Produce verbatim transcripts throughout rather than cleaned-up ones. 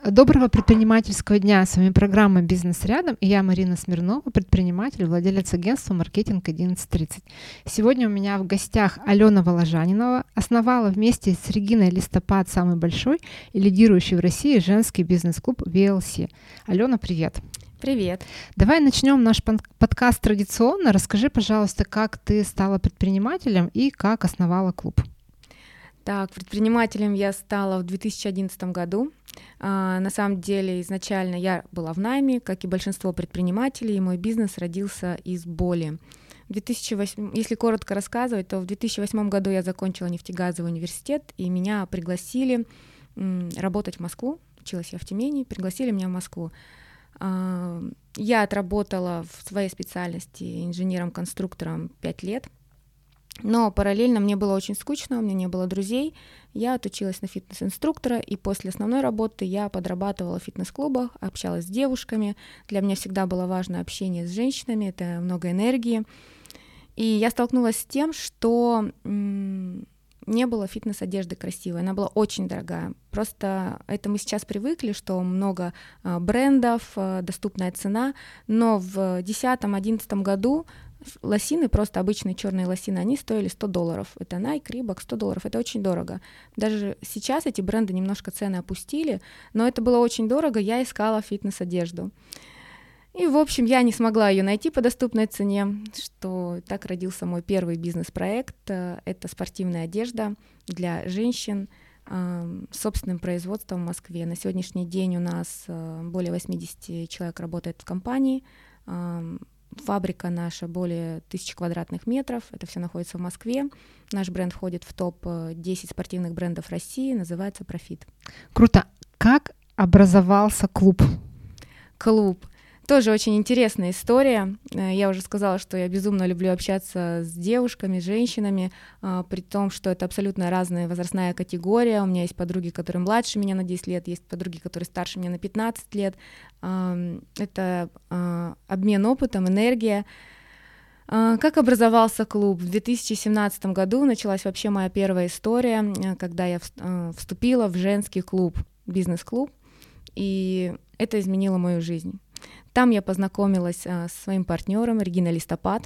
Доброго предпринимательского дня! С вами программа «Бизнес рядом» и я, Марина Смирнова, предприниматель, владелец агентства «Маркетинг одиннадцать тридцать». Сегодня у меня в гостях Алена Воложанинова, основала вместе с Региной Листопад самый большой и лидирующий в России женский бизнес-клуб ви эл си. Алена, привет! Привет! Давай начнем наш подкаст традиционно. Расскажи, пожалуйста, как ты стала предпринимателем и как основала клуб. Так, предпринимателем я стала в две тысячи одиннадцатом году. А, на самом деле, изначально я была в найме, как и большинство предпринимателей, и мой бизнес родился из боли. В две тысячи восьмом, если коротко рассказывать, то в две тысячи восьмом году я закончила нефтегазовый университет, и меня пригласили м, работать в Москву. Училась я в Тюмени, пригласили меня в Москву. А, я отработала в своей специальности инженером-конструктором пять лет. Но параллельно мне было очень скучно, у меня не было друзей. Я отучилась на фитнес-инструктора, и после основной работы я подрабатывала в фитнес-клубах, общалась с девушками. Для меня всегда было важно общение с женщинами, это много энергии. И я столкнулась с тем, что м- не было фитнес-одежды красивой, она была очень дорогая. Просто это мы сейчас привыкли, что много а, брендов, а, доступная цена, но в две тысячи десятом-одиннадцатом году лосины, просто обычные черные лосины, они стоили сто долларов. Это Nike, Reebok, сто долларов, это очень дорого. Даже сейчас эти бренды немножко цены опустили, но это было очень дорого, я искала фитнес-одежду. И, в общем, я не смогла ее найти по доступной цене, что так родился мой первый бизнес-проект. Это спортивная одежда для женщин с собственным производством в Москве. На сегодняшний день у нас более восемьдесят человек работает в компании. Фабрика наша более тысячи квадратных метров, это все находится в Москве. Наш бренд входит в топ десять спортивных брендов России, называется Profit. Круто. Как образовался клуб? Клуб. Тоже очень интересная история. Я уже сказала, что я безумно люблю общаться с девушками, с женщинами, при том, что это абсолютно разная возрастная категория. У меня есть подруги, которые младше меня на десять лет, есть подруги, которые старше меня на пятнадцать лет. Это обмен опытом, энергия. Как образовался клуб? В две тысячи семнадцатом году началась вообще моя первая история, когда я вступила в женский клуб, бизнес-клуб, и это изменило мою жизнь. Там я познакомилась а, со своим партнером Региной Листопад.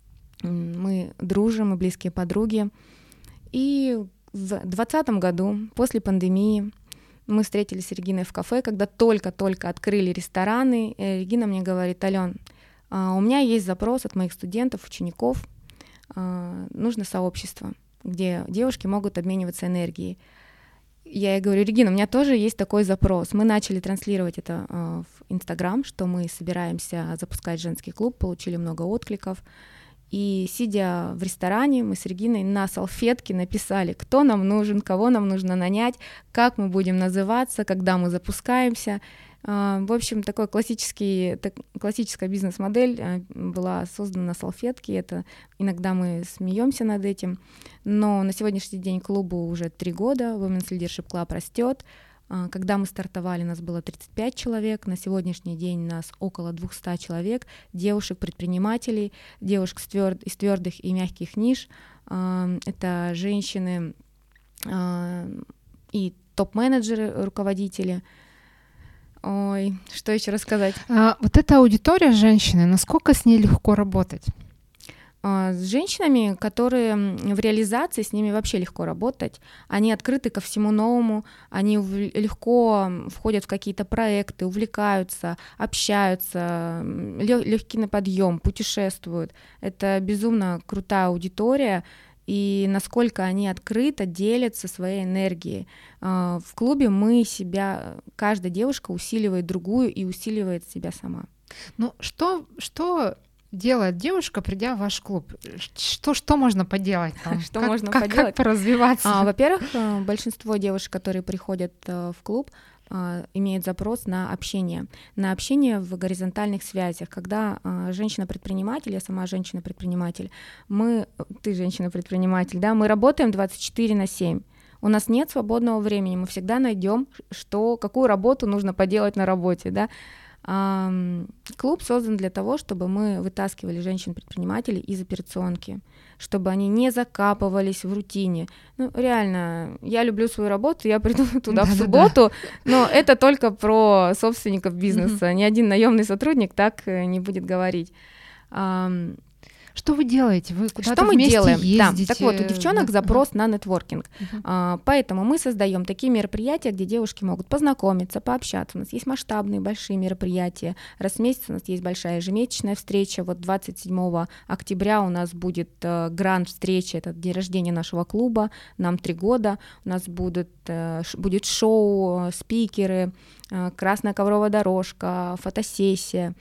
Мы дружим, мы близкие подруги. И в двадцатом году, после пандемии, мы встретились с Региной в кафе, когда только-только открыли рестораны. И Регина мне говорит: Алён, а, у меня есть запрос от моих студентов, учеников. А, нужно сообщество, где девушки могут обмениваться энергией. Я ей говорю: Регина, у меня тоже есть такой запрос. Мы начали транслировать это э, в Инстаграм, что мы собираемся запускать женский клуб, получили много откликов. И сидя в ресторане, мы с Региной на салфетке написали, кто нам нужен, кого нам нужно нанять, как мы будем называться, когда мы запускаемся. Э, в общем, такой классический, так, классическая бизнес-модель э, была создана на салфетке. Это иногда мы смеемся над этим. Но на сегодняшний день клубу уже три года, Women's Leadership Club растет. Когда мы стартовали, нас было тридцать пять человек, на сегодняшний день нас около двести человек, девушек-предпринимателей, девушек из твердых и мягких ниш. Это женщины и топ-менеджеры, руководители. Ой, что еще рассказать? А, вот эта аудитория женщины, насколько с ней легко работать? С женщинами, которые в реализации, с ними вообще легко работать. Они открыты ко всему новому, они легко входят в какие-то проекты, увлекаются, общаются, легкий на подъем, путешествуют. Это безумно крутая аудитория, и насколько они открыто делятся своей энергией. В клубе мы себя, каждая девушка усиливает другую и усиливает себя сама. Ну, что, что делает девушка, придя в ваш клуб? Что, что можно поделать там? Что как, можно как, поделать? Как поразвиваться? А, во-первых, большинство девушек, которые приходят в клуб, имеют запрос на общение, на общение в горизонтальных связях. Когда женщина-предприниматель, я сама женщина-предприниматель, мы, ты женщина-предприниматель, да, мы работаем двадцать четыре на семь. У нас нет свободного времени, мы всегда найдем, что, какую работу нужно поделать на работе, да. Клуб создан для того, чтобы мы вытаскивали женщин-предпринимателей из операционки, чтобы они не закапывались в рутине. Ну, реально, я люблю свою работу, я приду туда в субботу, но это только про собственников бизнеса. Ни один наемный сотрудник так не будет говорить. Что вы делаете? Вы куда-то Что мы вместе делаем? ездите? Да. Так вот, у девчонок да. запрос uh-huh. на нетворкинг. Uh-huh. А, поэтому мы создаем такие мероприятия, где девушки могут познакомиться, пообщаться. У нас есть масштабные большие мероприятия. Раз в месяц у нас есть большая ежемесячная встреча. Вот двадцать седьмого октября у нас будет э, гранд-встреча, это день рождения нашего клуба. Нам три года. У нас будут, э, ш, будет шоу, спикеры, э, красная ковровая дорожка, фотосессия.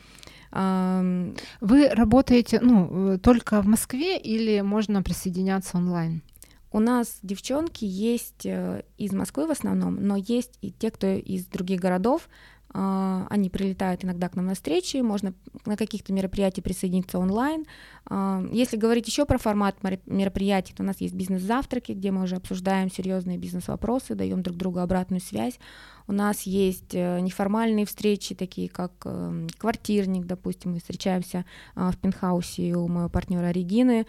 Вы работаете, ну, только в Москве или можно присоединяться онлайн? У нас девчонки есть из Москвы в основном, но есть и те, кто из других городов. Они прилетают иногда к нам на встречи, можно на каких-то мероприятиях присоединиться онлайн. Если говорить еще про формат мероприятий, то у нас есть бизнес-завтраки, где мы уже обсуждаем серьезные бизнес-вопросы, даем друг другу обратную связь. У нас есть неформальные встречи, такие как квартирник, допустим, мы встречаемся в пентхаусе у моего партнера Регины,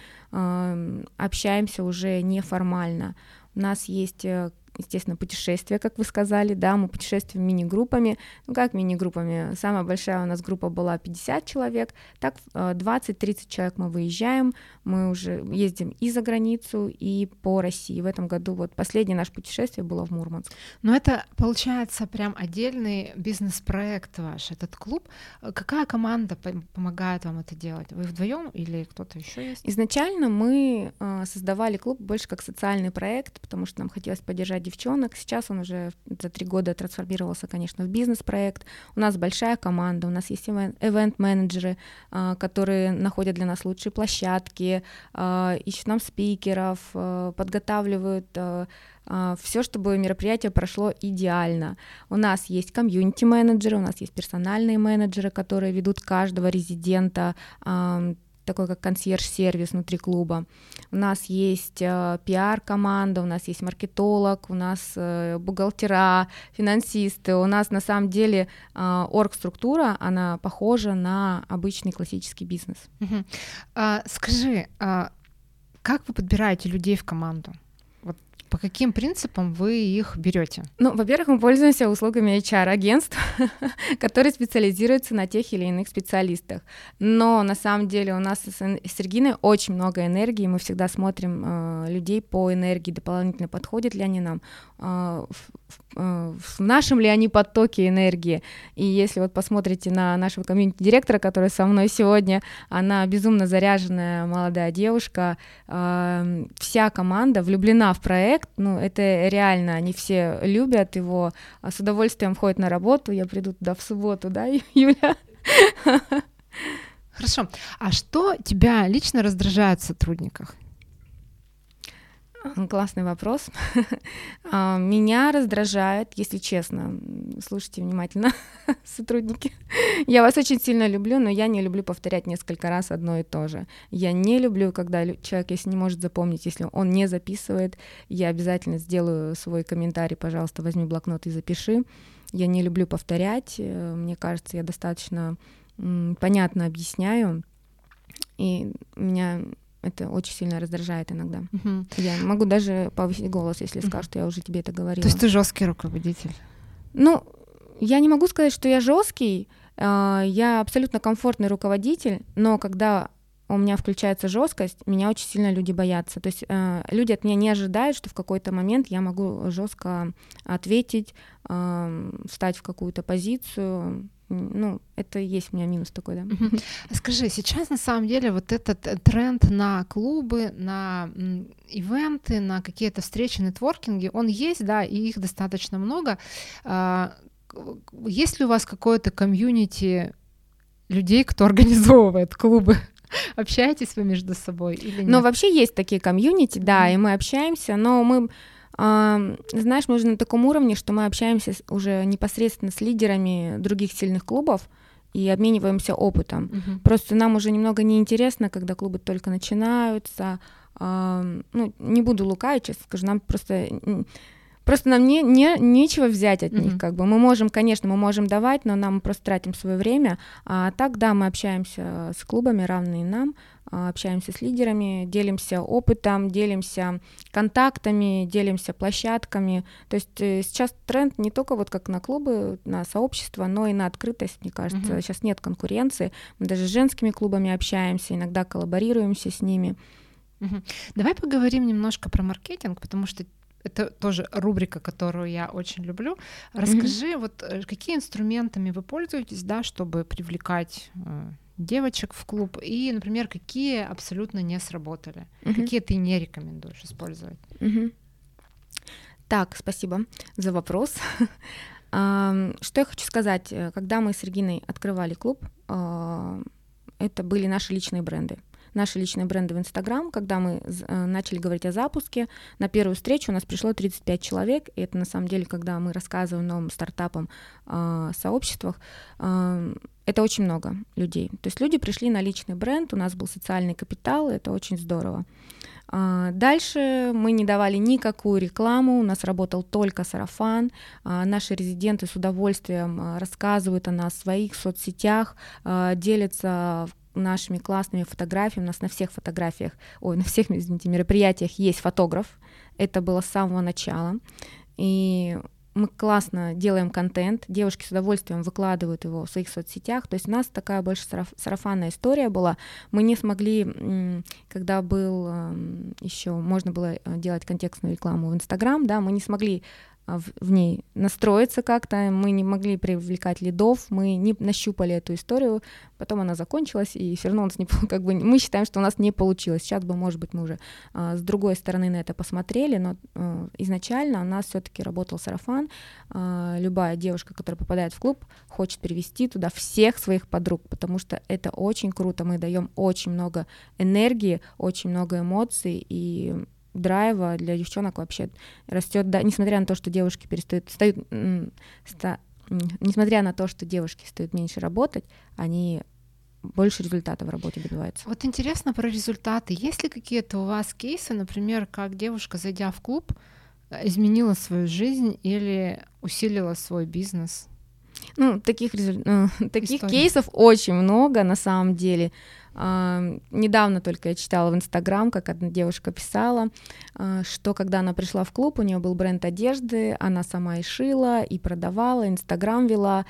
общаемся уже неформально. У нас есть, естественно, путешествия, как вы сказали, да, мы путешествуем мини-группами. Ну как мини-группами? Самая большая у нас группа была пятьдесят человек, так двадцать-тридцать человек мы выезжаем, мы уже ездим и за границу, и по России. В этом году вот последнее наше путешествие было в Мурманск. Но это, получается, прям отдельный бизнес-проект ваш, этот клуб. Какая команда помогает вам это делать? Вы вдвоем или кто-то еще есть? Изначально мы создавали клуб больше как социальный проект, потому что нам хотелось поддержать девчонок. Сейчас он уже за три года трансформировался, конечно, в бизнес-проект. У нас большая команда, у нас есть ивент-менеджеры, которые находят для нас лучшие площадки, ищут нам спикеров, подготавливают все, чтобы мероприятие прошло идеально. У нас есть комьюнити-менеджеры, у нас есть персональные менеджеры, которые ведут каждого резидента, такой как консьерж-сервис внутри клуба. У нас есть э, пиар-команда, у нас есть маркетолог, у нас э, бухгалтера, финансисты. У нас на самом деле э, оргструктура, она похожа на обычный классический бизнес. Uh-huh. А, скажи, а как вы подбираете людей в команду? Вот по каким принципам вы их берете? Ну, во-первых, мы пользуемся услугами эйч ар-агентств, которые специализируются на тех или иных специалистах. Но на самом деле у нас с Региной очень много энергии, мы всегда смотрим э, людей по энергии, дополнительно подходят ли они нам, э, в, в, в нашем ли они потоке энергии. И если вот посмотрите на нашего комьюнити-директора, который со мной сегодня, она безумно заряженная молодая девушка, э, вся команда влюблена в проект. Ну, это реально, они все любят его, с удовольствием ходят на работу. Я приду туда в субботу, да, Юля? Хорошо. А что тебя лично раздражает в сотрудниках? Классный вопрос. Меня раздражает, если честно, слушайте внимательно, сотрудники. Я вас очень сильно люблю, но я не люблю повторять несколько раз одно и то же. Я не люблю, когда человек, если не может запомнить, если он не записывает, я обязательно сделаю свой комментарий, пожалуйста, возьми блокнот и запиши. Я не люблю повторять, мне кажется, я достаточно понятно объясняю, и меня это очень сильно раздражает иногда. Uh-huh. Я могу даже повысить голос, если скажу, uh-huh. что я уже тебе это говорила. То есть ты жесткий руководитель? Ну, я не могу сказать, что я жесткий. Я абсолютно комфортный руководитель, но когда у меня включается жесткость, меня очень сильно люди боятся. То есть люди от меня не ожидают, что в какой-то момент я могу жестко ответить, встать в какую-то позицию. Ну, это и есть у меня минус такой, да. Uh-huh. Скажи, сейчас на самом деле вот этот тренд на клубы, на ивенты, на какие-то встречи, нетворкинги, он есть, да, и их достаточно много. Есть ли у вас какое-то комьюнити людей, кто организовывает клубы? Общаетесь вы между собой или нет? Ну, вообще есть такие комьюнити, да, mm-hmm. и мы общаемся, но мы... Знаешь, мы уже на таком уровне, что мы общаемся уже непосредственно с лидерами других сильных клубов и обмениваемся опытом. Uh-huh. Просто нам уже немного неинтересно, когда клубы только начинаются. Ну, не буду лукавить, честно скажу, нам просто Просто нам не, не, нечего взять от Мгм. них, как бы. Мы можем, конечно, мы можем давать, но нам просто тратим свое время. А так, да, мы общаемся с клубами, равные нам, а, общаемся с лидерами, делимся опытом, делимся контактами, делимся площадками. То есть э, сейчас тренд не только вот как на клубы, на сообщества, но и на открытость, мне кажется. Мгм. Сейчас нет конкуренции. Мы даже с женскими клубами общаемся, иногда коллаборируемся с ними. Мгм. Давай поговорим немножко про маркетинг, потому что это тоже рубрика, которую я очень люблю. Расскажи, вот э, какие инструментами вы пользуетесь, да, чтобы привлекать э, девочек в клуб, и, например, какие абсолютно не сработали, Мгм. какие ты не рекомендуешь использовать. Мгм. Так, спасибо за вопрос. Ам, Что я хочу сказать. Э, Когда мы с Региной открывали клуб, а, это были наши личные бренды. Наши личные бренды в Инстаграм. Когда мы з- э, начали говорить о запуске, на первую встречу у нас пришло тридцать пять человек. И это на самом деле, когда мы рассказываем новым стартапам, а, сообществах, ам, это очень много людей. То есть люди пришли на личный бренд, у нас был социальный капитал, и это очень здорово. А, Дальше мы не давали никакую рекламу, у нас работал только сарафан. А, Наши резиденты с удовольствием а, рассказывают о нас в своих соцсетях, а, делятся нашими классными фотографиями. У нас на всех фотографиях, ой, на всех, извините, мероприятиях есть фотограф. Это было с самого начала. И мы классно делаем контент, девушки с удовольствием выкладывают его в своих соцсетях. То есть у нас такая больше сараф- сарафанная история была. Мы не смогли, м, когда был еще можно было э, делать контекстную рекламу в Инстаграм, да, мы не смогли а, в, в ней настроиться как-то, мы не могли привлекать лидов, мы не нащупали эту историю, потом она закончилась, и все равно у нас не, пол- как бы, мы считаем, что у нас не получилось. Сейчас бы, может быть, мы уже а, с другой стороны на это посмотрели, но а, изначально у нас все-таки работал сарафан. А, любая девушка, которая попадает в клуб, хочет привести туда всех своих подруг, потому что это очень круто, мы даем очень много энергии, очень много эмоций, и драйва для девчонок вообще растет, да, несмотря на то, что девушки перестают, стают, м, ста- м, несмотря на то, что девушки стают меньше работать, они больше результата в работе добиваются. Вот интересно про результаты. Есть ли какие-то у вас кейсы, например, как девушка, зайдя в клуб, э, изменила свою жизнь или усилила свой бизнес? Ну, таких, резуль- э, таких Историй. кейсов очень много на самом деле. А, недавно только я читала в Инстаграм, как одна девушка писала, а, что когда она пришла в клуб, у нее был бренд одежды, она сама и шила, и продавала, Инстаграм вела,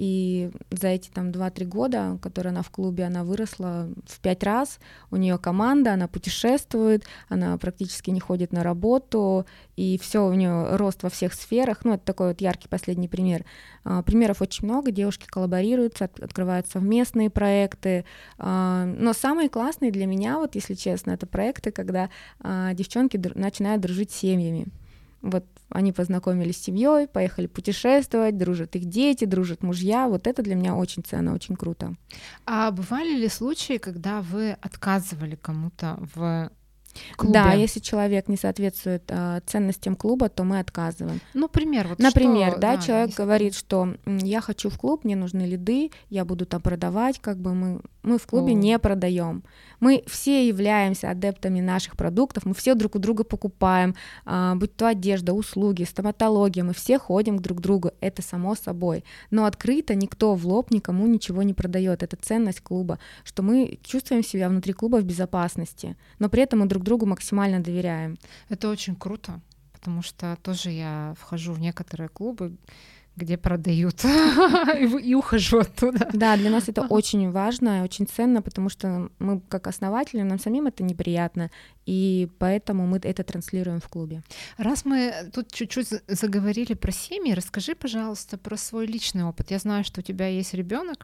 и за эти там два-три года, которые она в клубе, она выросла в пять раз, у нее команда, она путешествует, она практически не ходит на работу, и все у нее рост во всех сферах. Ну, это такой вот яркий последний пример. А, Примеров очень много, девушки коллаборируются, от- открывают совместные проекты. А, Но самые классные для меня, вот если честно, это проекты, когда а, девчонки дру- начинают дружить с семьями. Вот они познакомились с семьей, поехали путешествовать, дружат их дети, дружат мужья. Вот это для меня очень ценно, очень круто. А бывали ли случаи, когда вы отказывали кому-то в клубе? Да, если человек не соответствует а, ценностям клуба, то мы отказываем. Ну, пример, вот Например, что, да, человек если- говорит, что м, я хочу в клуб, мне нужны лиды, я буду там продавать, как бы мы, мы в клубе О. не продаем. Мы все являемся адептами наших продуктов, мы все друг у друга покупаем, а, будь то одежда, услуги, стоматология, мы все ходим к друг другу, это само собой. Но открыто никто в лоб никому ничего не продает. Это ценность клуба, что мы чувствуем себя внутри клуба в безопасности, но при этом мы друг другу максимально доверяем. Это очень круто, потому что тоже я вхожу в некоторые клубы, где продают, и в- и ухожу оттуда. Да, для нас это Ага. очень важно и очень ценно, потому что мы, как основатели, нам самим это неприятно, и поэтому мы это транслируем в клубе. Раз мы тут чуть-чуть за- заговорили про семьи, расскажи, пожалуйста, про свой личный опыт. Я знаю, что у тебя есть ребенок.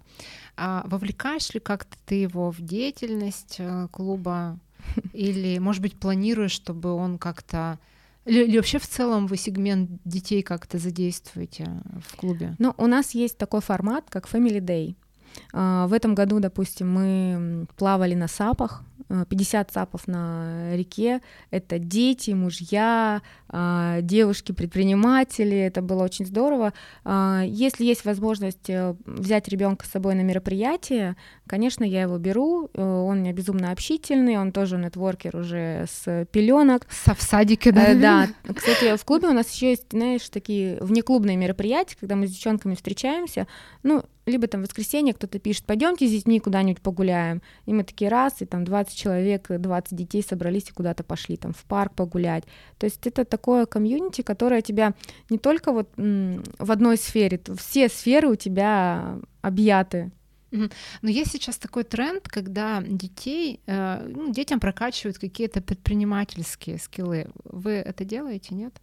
А вовлекаешь ли как-то ты его в деятельность э, клуба? Или, может быть, планируешь, чтобы он как-то... Или, или вообще в целом вы сегмент детей как-то задействуете в клубе? Но у нас есть такой формат, как Family Day. А, В этом году, допустим, мы м, плавали на сапах, пятьдесят ЦАПов на реке, это дети, мужья, девушки-предприниматели, это было очень здорово. Если есть возможность взять ребенка с собой на мероприятие, конечно, я его беру, он у меня безумно общительный, он тоже нетворкер уже с пеленок. В садике, да? Да, кстати, в клубе у нас еще есть, знаешь, такие внеклубные мероприятия, когда мы с девчонками встречаемся, ну, либо там в воскресенье кто-то пишет, пойдемте с детьми куда-нибудь погуляем, и мы такие раз, и там двадцать человек, двадцать детей собрались и куда-то пошли, там в парк погулять. То есть это такое комьюнити, которое тебя не только вот м- в одной сфере, все сферы у тебя объяты. Но есть сейчас такой тренд, когда детей, э, ну, детям прокачивают какие-то предпринимательские скиллы. Вы это делаете, нет?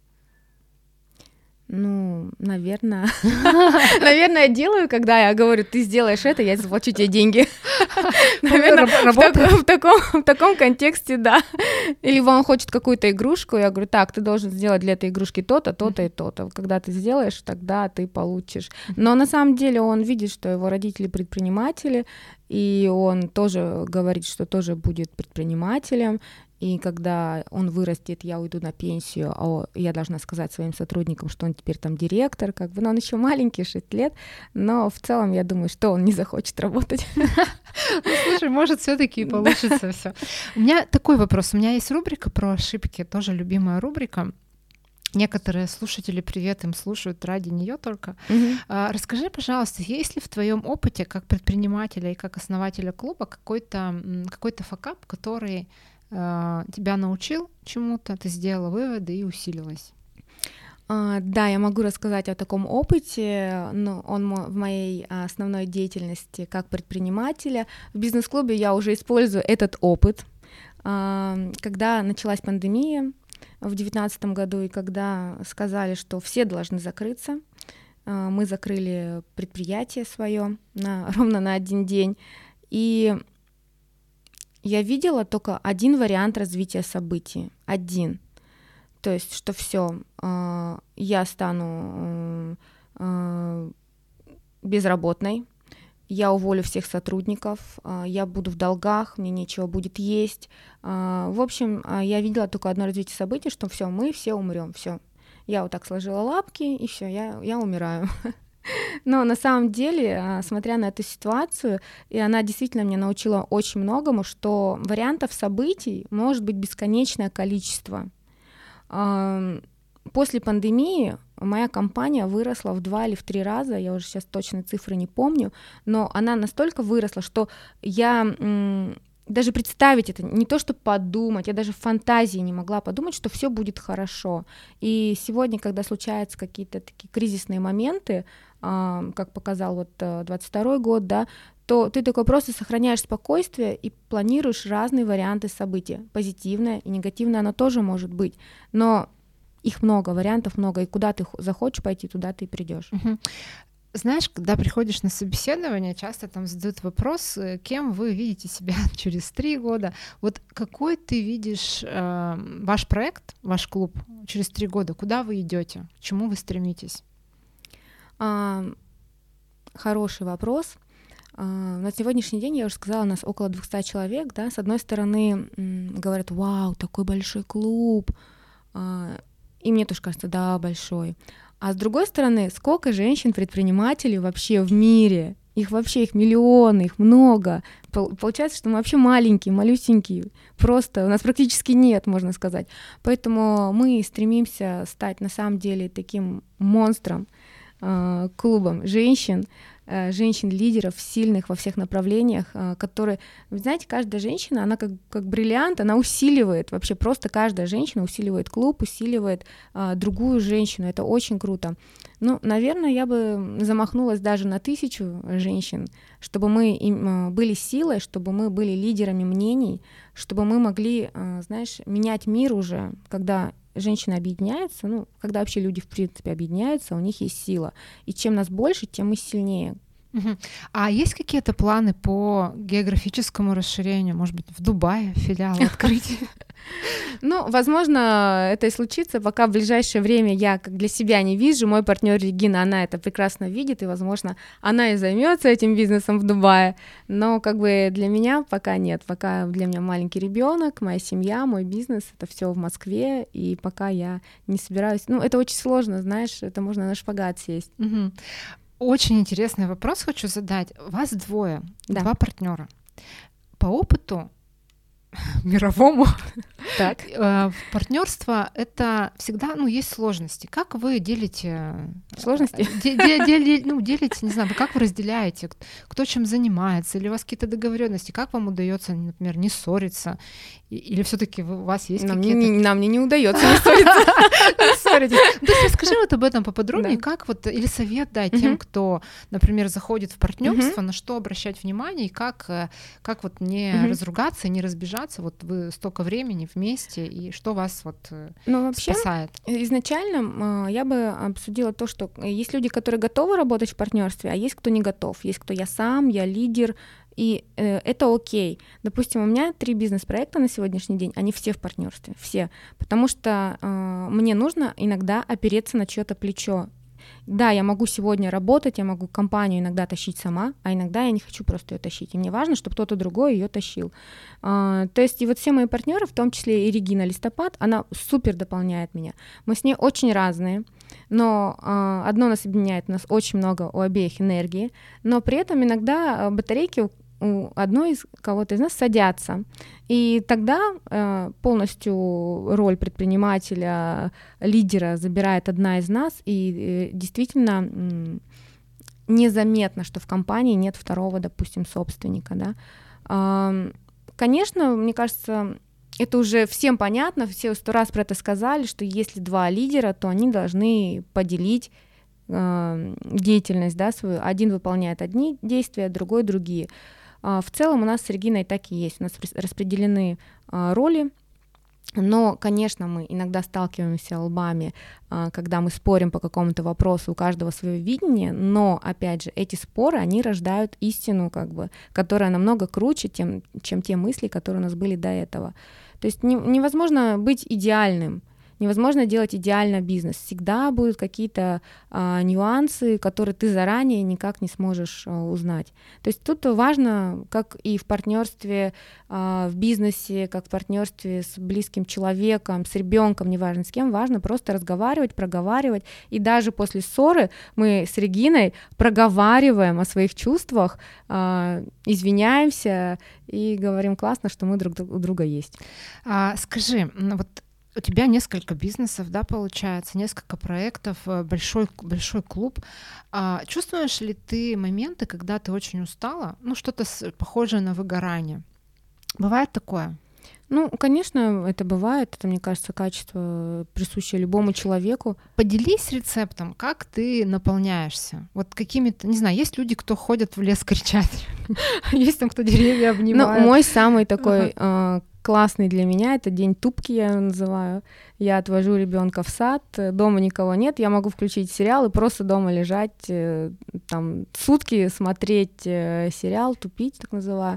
Ну, наверное. Наверное, я делаю, когда я говорю, ты сделаешь это, я заплачу тебе деньги. Наверное, в таком, в таком контексте, да. Или он хочет какую-то игрушку, я говорю, так, ты должен сделать для этой игрушки то-то, то-то и то-то. Когда ты сделаешь, тогда ты получишь. Но на самом деле он видит, что его родители предприниматели, и он тоже говорит, что тоже будет предпринимателем. И когда он вырастет, я уйду на пенсию, а я должна сказать своим сотрудникам, что он теперь там директор, как бы, но он еще маленький, шесть лет, но в целом я думаю, что он не захочет работать. Слушай, может, все-таки получится все. У меня такой вопрос. У меня есть рубрика про ошибки, тоже любимая рубрика. Некоторые слушатели, привет, им слушают ради нее только. Uh-huh. А, расскажи, пожалуйста, есть ли в твоем опыте как предпринимателя и как основателя клуба какой-то, какой-то факап, который тебя научил чему-то, ты сделала выводы и усилилась? Uh, да, я могу рассказать о таком опыте, но он в моей основной деятельности как предпринимателя. В бизнес-клубе я уже использую этот опыт. Uh, когда началась пандемия в две тысячи девятнадцатом году, и когда сказали, что все должны закрыться, uh, мы закрыли предприятие свое на, ровно на один день, и я видела только один вариант развития событий, один. То есть, что все, э, я стану э, безработной, я уволю всех сотрудников, э, я буду в долгах, мне нечего будет есть. Э, в общем, э, я видела только одно развитие событий, что все, мы все умрем, все. Я вот так сложила лапки, и все, я, я умираю. Но на самом деле, смотря на эту ситуацию, и она действительно меня научила очень многому, что вариантов событий может быть бесконечное количество. После пандемии моя компания выросла в два или в три раза, я уже сейчас точно цифры не помню, но она настолько выросла, что я даже представить это, не то что подумать, я даже в фантазии не могла подумать, что все будет хорошо. И сегодня, когда случаются какие-то такие кризисные моменты, как показал вот двадцать второй год, да, то ты такой просто сохраняешь спокойствие и планируешь разные варианты событий. Позитивное и негативное оно тоже может быть, но их много, вариантов много, и куда ты захочешь пойти, туда ты и придешь. Uh-huh. Знаешь, когда приходишь на собеседование, часто там задают вопрос, кем вы видите себя через три года. Вот какой ты видишь э, ваш проект, ваш клуб через три года? Куда вы идете? К чему вы стремитесь? А, хороший вопрос. А, на сегодняшний день, я уже сказала, у нас около двухсот человек. Да? С одной стороны, м, говорят, вау, такой большой клуб. А, и мне тоже кажется, да, большой. А с другой стороны, сколько женщин-предпринимателей вообще в мире? Их вообще, их миллионы, их много. Получается, что мы вообще маленькие, малюсенькие. Просто у нас практически нет, можно сказать. Поэтому мы стремимся стать на самом деле таким монстром, э, клубом женщин, э, женщин-лидеров, сильных во всех направлениях, э, которые, вы знаете, каждая женщина, она как, как бриллиант, она усиливает, вообще просто каждая женщина усиливает клуб, усиливает э, другую женщину, это очень круто. Ну, наверное, я бы замахнулась даже на тысячу женщин, чтобы мы им, э, были силой, чтобы мы были лидерами мнений, чтобы мы могли, э, знаешь, менять мир уже, когда женщины объединяются, ну, когда вообще люди, в принципе, объединяются, у них есть сила. И чем нас больше, тем мы сильнее. Uh-huh. А есть какие-то планы по географическому расширению? Может быть, в Дубае филиал открыть? Ну, возможно, это и случится, пока в ближайшее время я как для себя не вижу. Мой партнер Регина, она это прекрасно видит, и, возможно, она и займется этим бизнесом в Дубае. Но как бы для меня пока нет. Пока для меня маленький ребенок, моя семья, мой бизнес, это все в Москве, и пока я не собираюсь. Ну, это очень сложно, знаешь, это можно на шпагат сесть. Угу. Очень интересный вопрос хочу задать. Вас двое, Да. два партнера. По опыту мировому Так. партнерство это всегда, ну, есть сложности. Как вы делите Сложности? де- де- де- ну, делите, не знаю, как вы разделяете, кто чем занимается, или у вас какие-то договоренности, как вам удается, например, не ссориться, и- или все-таки у вас есть Нам какие-то... не, нам не, не удается не ссориться. Не ссоритесь. Ну, то есть расскажи вот об этом поподробнее, Да. как вот, или совет дай тем, Мгм. кто, например, заходит в партнерство, на что обращать внимание, и как, э, как вот не Мгм. разругаться, не разбежаться, вот вы столько времени вместе, и что вас вот э, Ну, вообще, спасает? изначально э, я бы обсудила то, что есть люди, которые готовы работать в партнерстве, а есть кто не готов. Есть кто я сам, я лидер, и э, это окей. Допустим, у меня три бизнес-проекта на сегодняшний день, они все в партнерстве, все, потому что э, мне нужно иногда опереться на чье-то плечо. Да, я могу сегодня работать, я могу компанию иногда тащить сама, а иногда я не хочу просто ее тащить. И мне важно, чтобы кто-то другой ее тащил. А, то есть и вот все мои партнеры, в том числе и Регина Листопад, она супер дополняет меня. Мы с ней очень разные, но а, одно нас объединяет, у нас очень много у обеих энергии, но при этом иногда батарейки у у одной из кого-то из нас садятся. И тогда э, полностью роль предпринимателя, лидера забирает одна из нас, и э, действительно м, незаметно, что в компании нет второго, допустим, собственника. Да? А, конечно, мне кажется, это уже всем понятно, все сто раз про это сказали, что если два лидера, то они должны поделить э, деятельность, да, свою. Один выполняет одни действия, другой другие. В целом у нас с Региной так и есть, у нас распределены роли, но, конечно, мы иногда сталкиваемся лбами, когда мы спорим по какому-то вопросу, у каждого свое видение, но, опять же, эти споры, они рождают истину, как бы, которая намного круче, тем, чем те мысли, которые у нас были до этого. То есть не, невозможно быть идеальным, невозможно делать идеально бизнес. Всегда будут какие-то а, нюансы, которые ты заранее никак не сможешь а, узнать. То есть тут важно, как и в партнерстве, а, в бизнесе, как в партнерстве с близким человеком, с ребенком, неважно с кем, важно просто разговаривать, проговаривать. И даже после ссоры мы с Региной проговариваем о своих чувствах, а, извиняемся и говорим классно, что мы друг у друга есть. А, скажи, ну вот у тебя несколько бизнесов, да, получается, несколько проектов, большой, большой клуб. А чувствуешь ли ты моменты, когда ты очень устала, ну, что-то похожее на выгорание? Бывает такое? Ну, конечно, это бывает. Это, мне кажется, качество, присущее любому человеку. Поделись рецептом, как ты наполняешься. Вот какими-то, не знаю, есть люди, кто ходят в лес кричать, есть там, кто деревья обнимает. Ну, мой самый такой классный для меня — это день тупки, я его называю. Я отвожу ребенка в сад, дома никого нет, я могу включить сериал и просто дома лежать, там, сутки смотреть сериал, тупить, так называю.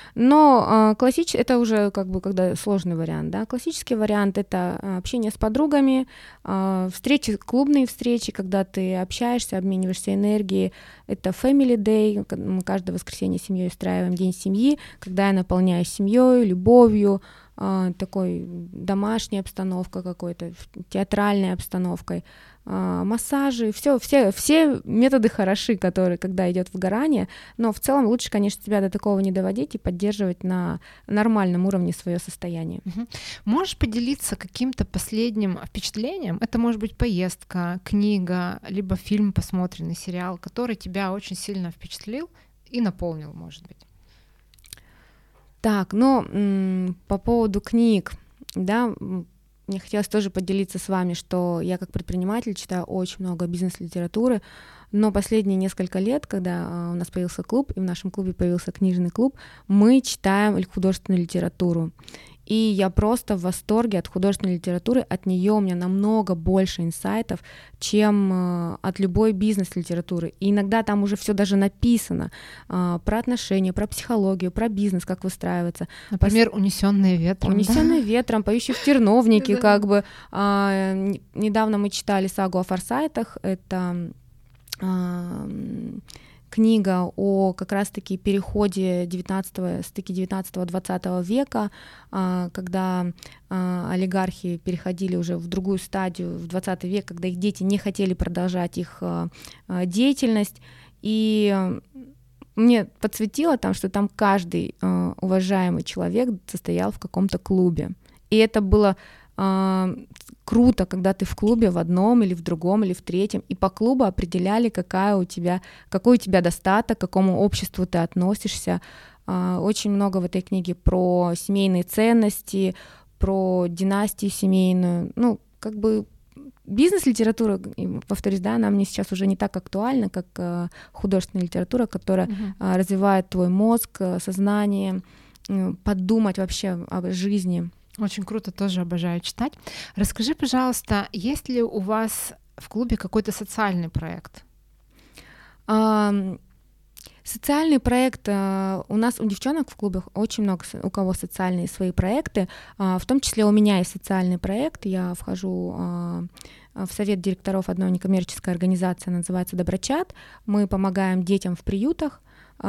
Но классический — это уже как бы когда сложный вариант, да. Классический вариант — это общение с подругами, встречи, клубные встречи, когда ты общаешься, обмениваешься энергией. Это family day, мы каждое воскресенье с семьей устраиваем день семьи, когда я наполняюсь семьей, любовью, такой домашней обстановкой какой-то, театральной обстановкой, массажи, все, все, все методы хороши, которые, когда идет выгорание, но в целом лучше, конечно, себя до такого не доводить и поддерживать на нормальном уровне свое состояние. Угу. Можешь поделиться каким-то последним впечатлением? Это может быть поездка, книга, либо фильм посмотренный, сериал, который тебя очень сильно впечатлил и наполнил, может быть. Так, ну, м- по поводу книг, да, мне хотелось тоже поделиться с вами, что я как предприниматель читаю очень много бизнес-литературы, но последние несколько лет, когда у нас появился клуб, и в нашем клубе появился книжный клуб, мы читаем художественную литературу. И я просто в восторге от художественной литературы, от нее у меня намного больше инсайтов, чем э, от любой бизнес-литературы. И иногда там уже все даже написано э, про отношения, про психологию, про бизнес, как выстраиваться. Например, Пос... «Унесённые ветром». «Унесённые да? ветром», «Поющий в терновнике», как бы. Э, недавно мы читали сагу о форсайтах, это... Э, книга о как раз-таки переходе девятнадцатого, стыке девятнадцатого-двадцатого века, когда олигархи переходили уже в другую стадию, в двадцатый век, когда их дети не хотели продолжать их деятельность. И мне подсветило там, что там каждый уважаемый человек состоял в каком-то клубе. И это было круто, когда ты в клубе в одном или в другом или в третьем, и по клубу определяли, какая у тебя, какой у тебя достаток, к какому обществу ты относишься. Очень много в этой книге про семейные ценности, про династию семейную. Ну, как бы бизнес-литература, повторюсь, да, она мне сейчас уже не так актуальна, как художественная литература, которая uh-huh. развивает твой мозг, сознание, подумать вообще об жизни. Очень круто, тоже обожаю читать. Расскажи, пожалуйста, есть ли у вас в клубе какой-то социальный проект? А, социальный проект а, у нас, у девчонок в клубах очень много, у кого социальные свои проекты, а, в том числе у меня есть социальный проект, я вхожу а, в совет директоров одной некоммерческой организации, она называется «Доброчат». Мы помогаем детям в приютах,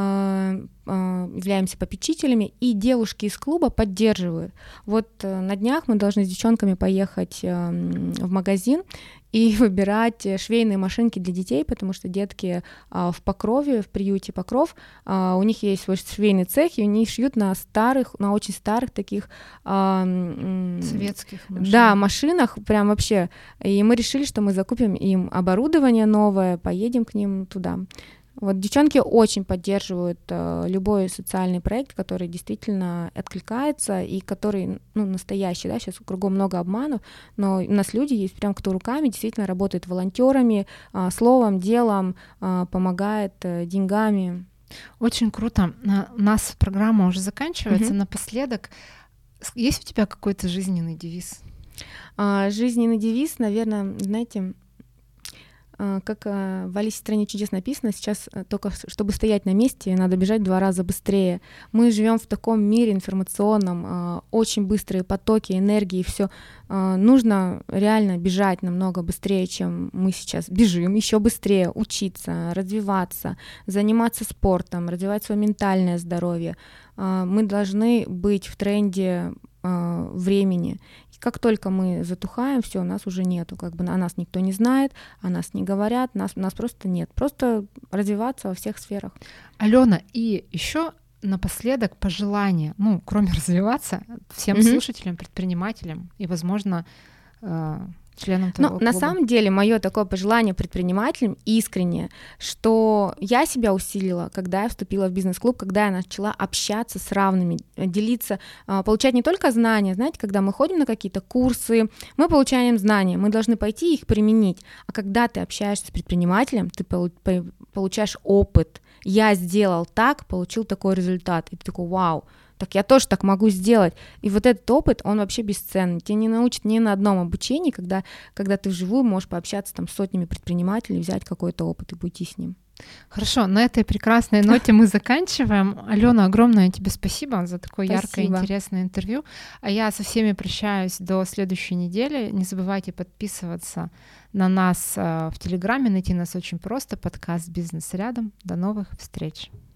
являемся попечителями, и девушки из клуба поддерживают. Вот на днях мы должны с девчонками поехать в магазин и выбирать швейные машинки для детей, потому что детки в Покрове, в приюте Покров, у них есть свой швейный цех, и они шьют на старых, на очень старых таких советских машинах. Да, машинах, прям вообще. И мы решили, что мы закупим им оборудование новое, поедем к ним туда. Вот девчонки очень поддерживают э, любой социальный проект, который действительно откликается и который, ну, настоящий, да, сейчас кругом много обманов, но у нас люди есть прям, кто руками действительно работает волонтерами, э, словом, делом, э, помогает э, деньгами. Очень круто. У нас программа уже заканчивается. Mm-hmm. Напоследок, есть у тебя какой-то жизненный девиз? А, жизненный девиз, наверное, знаете, как в «Алисе в стране чудес» написано, сейчас только чтобы стоять на месте, надо бежать в два раза быстрее. Мы живем в таком мире информационном, очень быстрые потоки энергии, все нужно реально бежать намного быстрее, чем мы сейчас бежим, еще быстрее учиться, развиваться, заниматься спортом, развивать свое ментальное здоровье. Мы должны быть в тренде времени. Как только мы затухаем, все, нас уже нету, как бы о нас никто не знает, о нас не говорят, нас, нас просто нет. Просто развиваться во всех сферах. Алена, и еще напоследок пожелание, ну, кроме развиваться, всем mm-hmm. слушателям, предпринимателям и, возможно, членам твоего Ну, клуба. на самом деле, мое такое пожелание предпринимателям искреннее, что я себя усилила, когда я вступила в бизнес-клуб, когда я начала общаться с равными, делиться, получать не только знания, знаете, когда мы ходим на какие-то курсы, мы получаем знания, мы должны пойти их применить, а когда ты общаешься с предпринимателем, ты получаешь опыт. Я сделал так, получил такой результат, и ты такой, вау, так я тоже так могу сделать. И вот этот опыт, он вообще бесценный. Тебя не научат ни на одном обучении, когда, когда ты вживую можешь пообщаться там с сотнями предпринимателей, взять какой-то опыт и уйти с ним. Хорошо, на этой прекрасной ноте мы заканчиваем. Алена, огромное тебе спасибо за такое яркое, интересное интервью. А я со всеми прощаюсь до следующей недели. Не забывайте подписываться на нас в Телеграме, найти нас очень просто. Подкаст «Бизнес рядом». До новых встреч.